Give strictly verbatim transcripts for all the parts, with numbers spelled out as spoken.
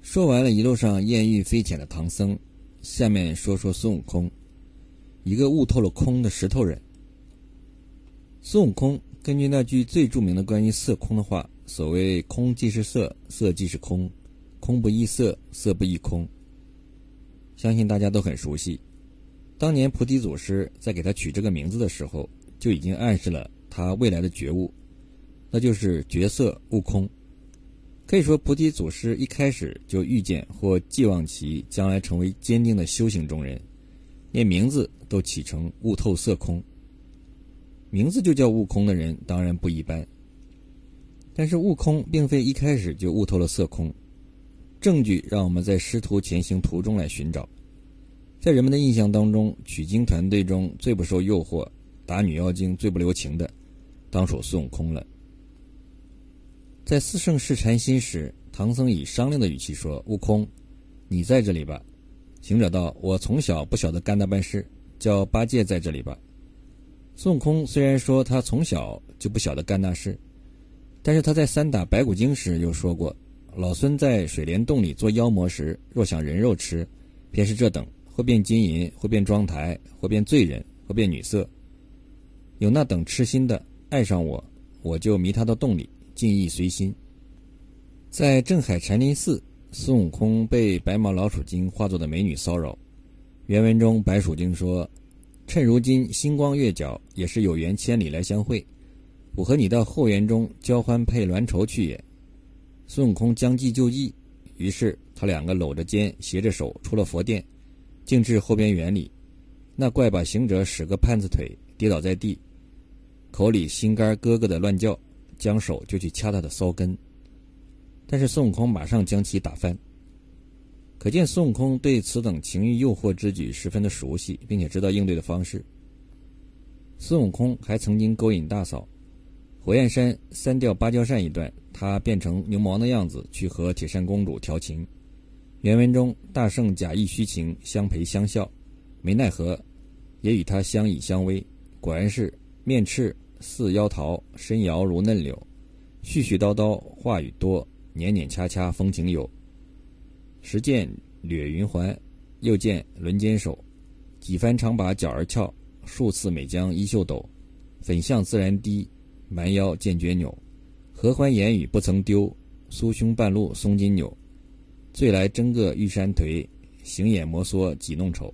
说完了一路上艳遇飞潜的唐僧，下面说说孙悟空，一个悟透了空的石头人。孙悟空根据那句最著名的关于色空的话，所谓空即是色，色即是空，空不异色，色不异空，相信大家都很熟悉。当年菩提祖师在给他取这个名字的时候，就已经暗示了他未来的觉悟，那就是觉色悟空。可以说菩提祖师一开始就预见或寄望其将来成为坚定的修行中人，连名字都起成悟透色空。名字就叫悟空的人当然不一般，但是悟空并非一开始就悟透了色空，证据让我们在师徒前行途中来寻找。在人们的印象当中，取经团队中最不受诱惑、打女妖精最不留情的，当属孙悟空了。在四圣试禅心时，唐僧以商量的语气说：“悟空，你在这里吧。”行者道：“我从小不晓得干那般事，叫八戒在这里吧。”孙悟空虽然说他从小就不晓得干那事，但是他在三打白骨精时又说过：“老孙在水帘洞里做妖魔时，若想人肉吃，便是这等，或变金银，或变妆台，或变罪人，或变女色。有那等痴心的爱上我，我就迷他到洞里，尽意随心。”在镇海禅林寺，孙悟空被白毛老鼠精化作的美女骚扰。原文中白鼠精说：“趁如今星光月皎，也是有缘千里来相会，我和你到后园中交欢配鸾绸去也。”孙悟空将计就计，于是他两个搂着肩携着手出了佛殿，径至后边园里。那怪把行者使个盼子腿，跌倒在地，口里心肝咯咯的乱叫，将手就去掐他的骚根，但是孙悟空马上将其打翻。可见孙悟空对此等情欲诱惑之举十分的熟悉，并且知道应对的方式。孙悟空还曾经勾引大嫂。火焰山三吊芭蕉扇一段，他变成牛魔王的样子去和铁扇公主调情。原文中大圣假意虚情，相陪相笑，没奈何，也与他相依相偎。果然是面赤似妖桃，身摇如嫩柳，絮絮叨叨话语多，捻捻掐掐风情有。时见掠云环，又见轮肩手，几番常把脚儿翘，数次每将衣袖抖，粉相自然低，蛮腰见绝扭，合欢言语不曾丢，酥胸半露松筋扭，醉来争个玉山颓，行眼摩挲几弄丑。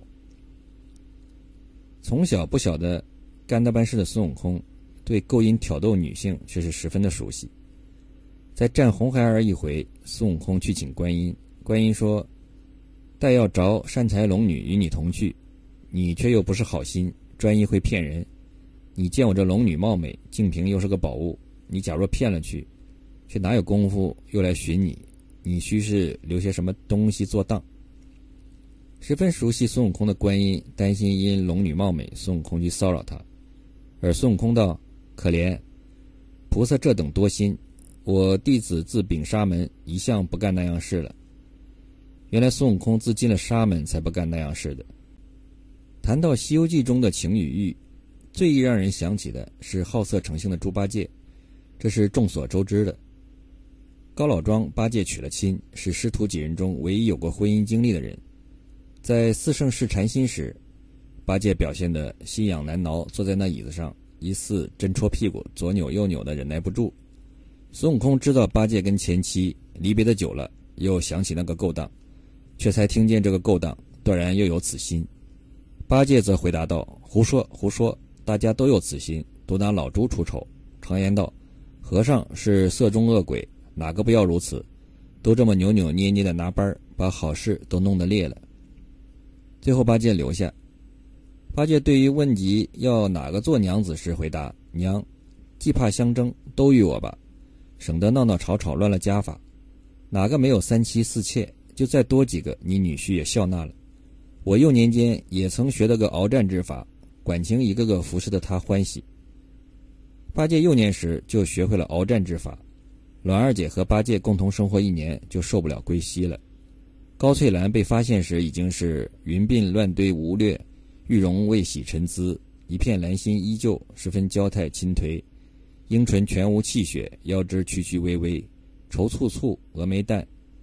从小不晓得干那般事的孙悟空，对勾引挑逗女性却是十分的熟悉。在战红孩儿一回，孙悟空去请观音，观音说：“待要着善财龙女与你同去，你却又不是好心，专一会骗人。你见我这龙女貌美，净瓶又是个宝物，你假若骗了去，却哪有功夫又来寻你？你须是留些什么东西做当。”十分熟悉孙悟空的观音担心因龙女貌美，孙悟空去骚扰他，而孙悟空道：“可怜菩萨这等多心，我弟子自禀沙门，一向不干那样事了。”原来孙悟空自进了沙门才不干那样事的。谈到《西游记》中的情与欲，最易让人想起的是好色成性的猪八戒，这是众所周知的。高老庄八戒娶了亲，是师徒几人中唯一有过婚姻经历的人。在四圣试禅心时，八戒表现得心痒难挠，坐在那椅子上疑似针戳屁股，左扭右扭的忍耐不住。孙悟空知道八戒跟前妻离别的久了，又想起那个勾当，却才听见这个勾当，断然又有此心。八戒则回答道：“胡说胡说，大家都有此心，独拿老猪出丑。常言道，和尚是色中恶鬼，哪个不要如此？都这么扭扭捏捏的拿班，把好事都弄得裂了。”最后八戒留下。八戒对于问及要哪个做娘子时回答：“娘，既怕相争，都与我吧，省得闹闹吵吵乱了家法。哪个没有三妻四妾，就再多几个，你女婿也笑纳了。我幼年间也曾学得个鏖战之法，管情一个个服侍的他欢喜。”八戒幼年时就学会了鏖战之法，栾二姐和八戒共同生活一年就受不了归西了。高翠兰被发现时已经是云鬓乱堆无略，玉容未洗沉姿，一片兰心依旧，十分娇态亲颓，樱唇全无气血，腰肢曲曲微微，愁蹙蹙，峨眉淡，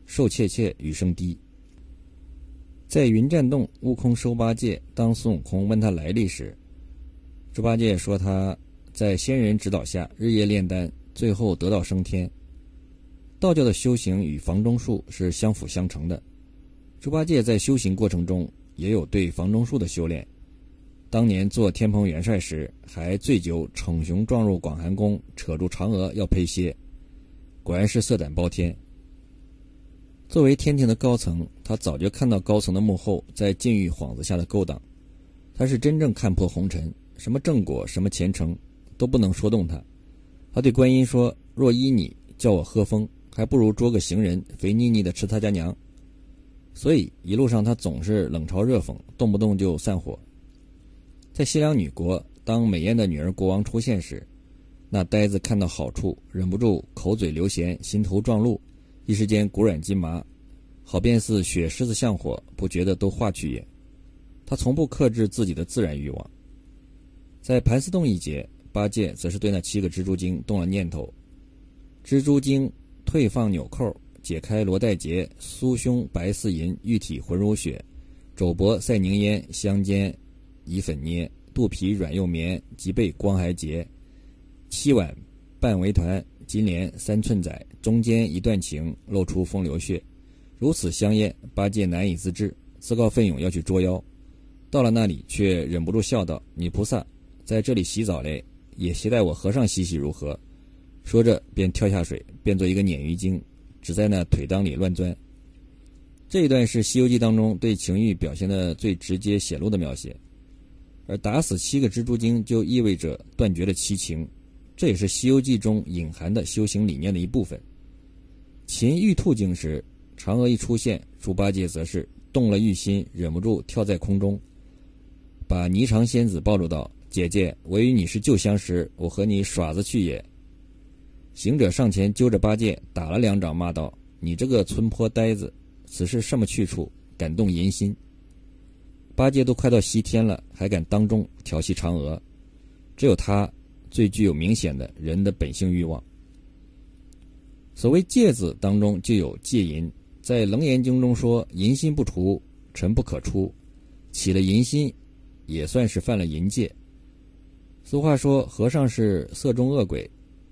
受切切雨声低。在云栈洞，悟空收八戒，当孙悟空问他来历时，猪八戒说他在仙人指导下日夜炼丹，最后得道升天。道教的修行与房中术是相辅相成的，猪八戒在修行过程中也有对房中术的修炼。当年做天蓬元帅时，还醉酒逞雄撞入广寒宫，扯住嫦娥要陪蝎，果然是色胆包天。作为天庭的高层，他早就看到高层的幕后在禁欲幌子下的勾当，他是真正看破红尘，什么正果什么前程都不能说动他。他对观音说，若依你叫我喝风，还不如捉个行人肥腻腻的吃他家娘。所以一路上他总是冷嘲热讽，动不动就散伙。在西凉女国，当美艳的女儿国王出现时，那呆子看到好处，忍不住口嘴流涎，心头撞鹿，一时间骨软筋麻，好便似雪狮子向火，不觉得都化去也。他从不克制自己的自然欲望。在盘丝洞一节，八戒则是对那七个蜘蛛精动了念头。蜘蛛精退放纽扣，解开罗带结，酥胸白似银，玉体浑如雪，肘膊赛凝烟，香肩以粉捏，肚皮软又绵，脊背光还结，七碗半围团，金莲三寸窄，中间一段情，露出风流穴。如此香艳，八戒难以自制，自告奋勇要去捉妖。到了那里，却忍不住笑道：“你菩萨在这里洗澡嘞，也携带我和尚洗洗如何？”说着便跳下水，变作一个鲶鱼精，只在那腿裆里乱钻。这一段是《西游记》当中对情欲表现的最直接显露的描写。而打死七个蜘蛛精就意味着断绝了七情，这也是《西游记》中隐含的修行理念的一部分。擒玉兔精时，嫦娥一出现，猪八戒则是动了欲心，忍不住跳在空中，把霓裳仙子抱住道：“姐姐，我与你是旧相识，我和你耍子去也。”行者上前揪着八戒打了两掌，骂道：“你这个村坡呆子，此事什么去处，敢动淫心？”八戒都快到西天了，还敢当众调戏嫦娥，只有他最具有明显的人的本性欲望。所谓戒字当中就有戒淫，在楞严经中说，淫心不除，尘不可出，起了淫心也算是犯了淫戒。俗话说，和尚是色中恶鬼。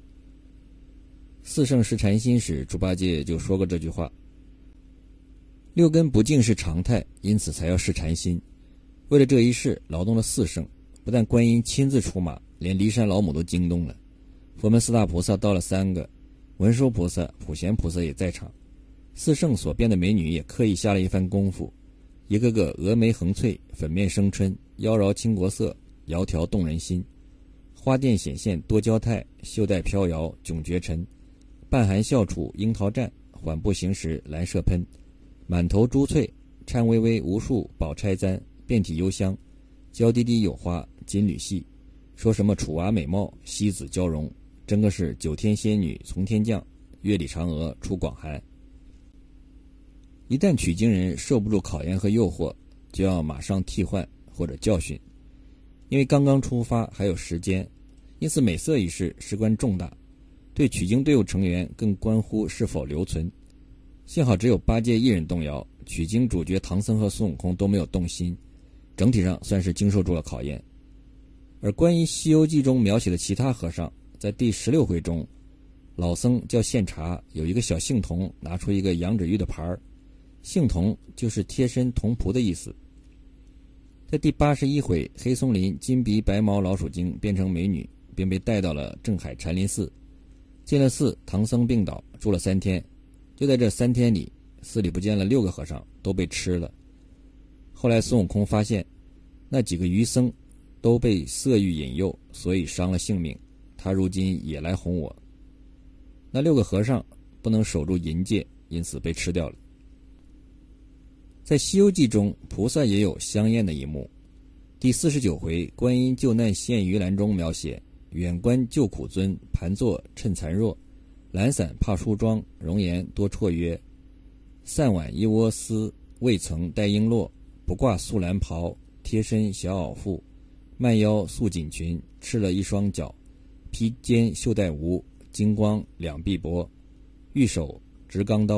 四圣试禅心时，猪八戒就说过这句话。六根不净是常态，因此才要试禅心。为了这一事，劳动了四圣，不但观音亲自出马，连骊山老母都惊动了。佛门四大菩萨到了三个，文殊菩萨、普贤菩萨也在场。四圣所变的美女也刻意下了一番功夫，一个个峨眉横翠，粉面生春，妖娆倾国色，窈窕动人心。花钿显现多娇态，袖带飘摇迥绝尘。半含笑楚樱桃绽，缓步行时兰麝喷。满头珠翠，颤巍巍无数宝钗簪，遍体幽香，娇滴滴有花金缕细。说什么楚娃美貌，西子娇容，真个是九天仙女从天降，月里嫦娥出广寒。一旦取经人受不住考验和诱惑，就要马上替换或者教训，因为刚刚出发还有时间，因此美色一事事关重大，对取经队伍成员更关乎是否留存。幸好只有八戒一人动摇，取经主角唐僧和孙悟空都没有动心，整体上算是经受住了考验。而关于《西游记》中描写的其他和尚，在第十六回中，老僧叫献茶，有一个小杏童拿出一个羊脂玉的牌儿，杏童就是贴身童仆的意思。在第八十一回，黑松林金鼻白毛老鼠精变成美女，便被带到了镇海禅林寺。进了寺，唐僧病倒，住了三天。就在这三天里，寺里不见了六个和尚，都被吃了。后来孙悟空发现，那几个愚僧都被色欲引诱，所以伤了性命。他如今也来哄我。那六个和尚不能守住淫戒，因此被吃掉了。在《西游记》中，菩萨也有香艳的一幕。第四十九回，观音救难现鱼篮中描写，远观救苦尊，盘坐趁残弱，懒散怕梳妆，容颜多绰约。散挽一窝丝，未曾带璎珞，不挂素蓝袍，贴身小袄妇，慢腰素锦裙，赤了一双脚，披肩袖带无，金光两臂膊，玉手执钢刀，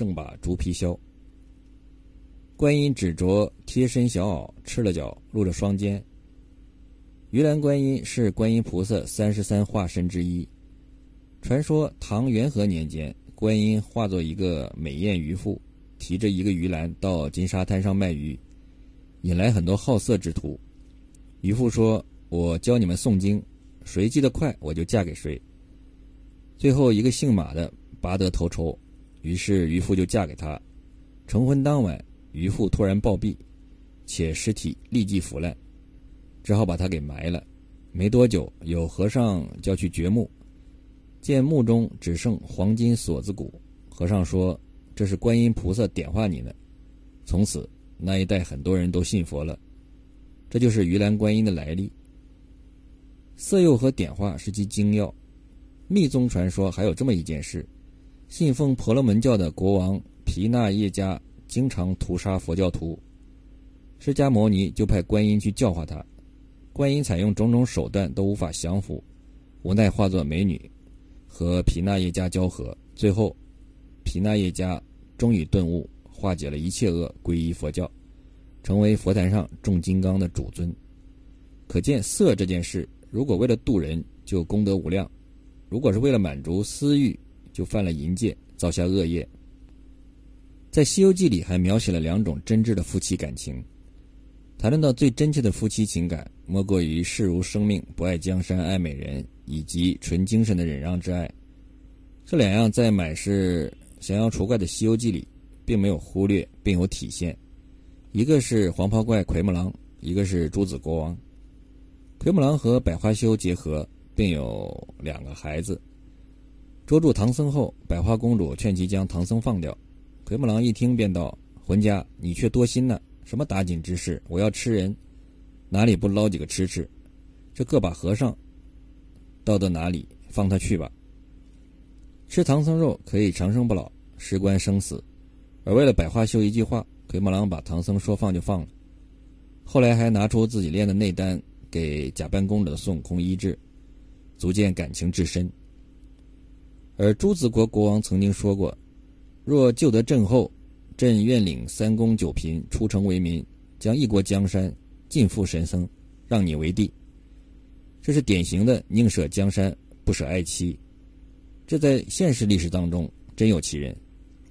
正把竹皮削。观音只着贴身小袄，赤了脚，露着双肩。鱼篮观音是观音菩萨三十三化身之一。传说唐元和年间，观音化作一个美艳渔妇，提着一个鱼篮到金沙滩上卖鱼，引来很多好色之徒。渔妇说：“我教你们诵经，谁记得快，我就嫁给谁。”最后一个姓马的拔得头筹，于是渔妇就嫁给他。成婚当晚，渔妇突然暴毙，且尸体立即腐烂，只好把他给埋了。没多久，有和尚叫去掘墓，见墓中只剩黄金锁子骨，和尚说：“这是观音菩萨点化你呢。”从此那一带很多人都信佛了。这就是鱼篮观音的来历。色诱和点化是其精要。密宗传说还有这么一件事：信奉婆罗门教的国王毗那耶迦经常屠杀佛教徒，释迦牟尼就派观音去教化他。观音采用种种手段都无法降服，无奈化作美女和毗那耶迦交合，最后毗那耶迦终于顿悟，化解了一切恶，皈依佛教，成为佛坛上众金刚的主尊。可见色这件事，如果为了度人，就功德无量；如果是为了满足私欲，就犯了淫戒，造下恶业。在《西游记》里还描写了两种真挚的夫妻感情。谈论到最真切的夫妻情感，莫过于视如生命，不爱江山爱美人，以及纯精神的忍让之爱。这两样在买是降妖除怪的《西游记》里并没有忽略，并有体现。一个是黄袍怪奎木狼，一个是朱子国王。奎木狼和百花羞结合，并有两个孩子。捉住唐僧后，百花公主劝其将唐僧放掉。奎木狼一听便道：“浑家，你却多心呢，什么打紧之事？我要吃人，哪里不捞几个吃吃？这个把和尚到得哪里？放他去吧。吃唐僧肉可以长生不老，事关生死。而为了百花羞一句话，奎木狼把唐僧说放就放了。后来还拿出自己炼的内丹给假扮公主的孙悟空医治，足见感情至深。而朱子国国王曾经说过：若救得朕后，朕愿领三公九嫔出城为民，将一国江山尽付神僧，让你为帝。这是典型的宁舍江山不舍爱妻，这在现实历史当中真有其人。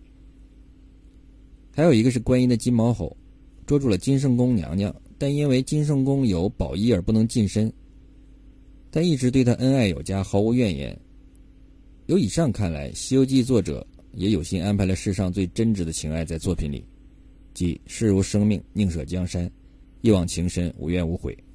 还有一个是观音的金毛吼，捉住了金圣公娘娘，但因为金圣公有宝衣而不能近身，但一直对他恩爱有加，毫无怨言。由以上看来，《西游记》作者也有心安排了世上最真挚的情爱在作品里，即视如生命，宁舍江山，一往情深，无怨无悔。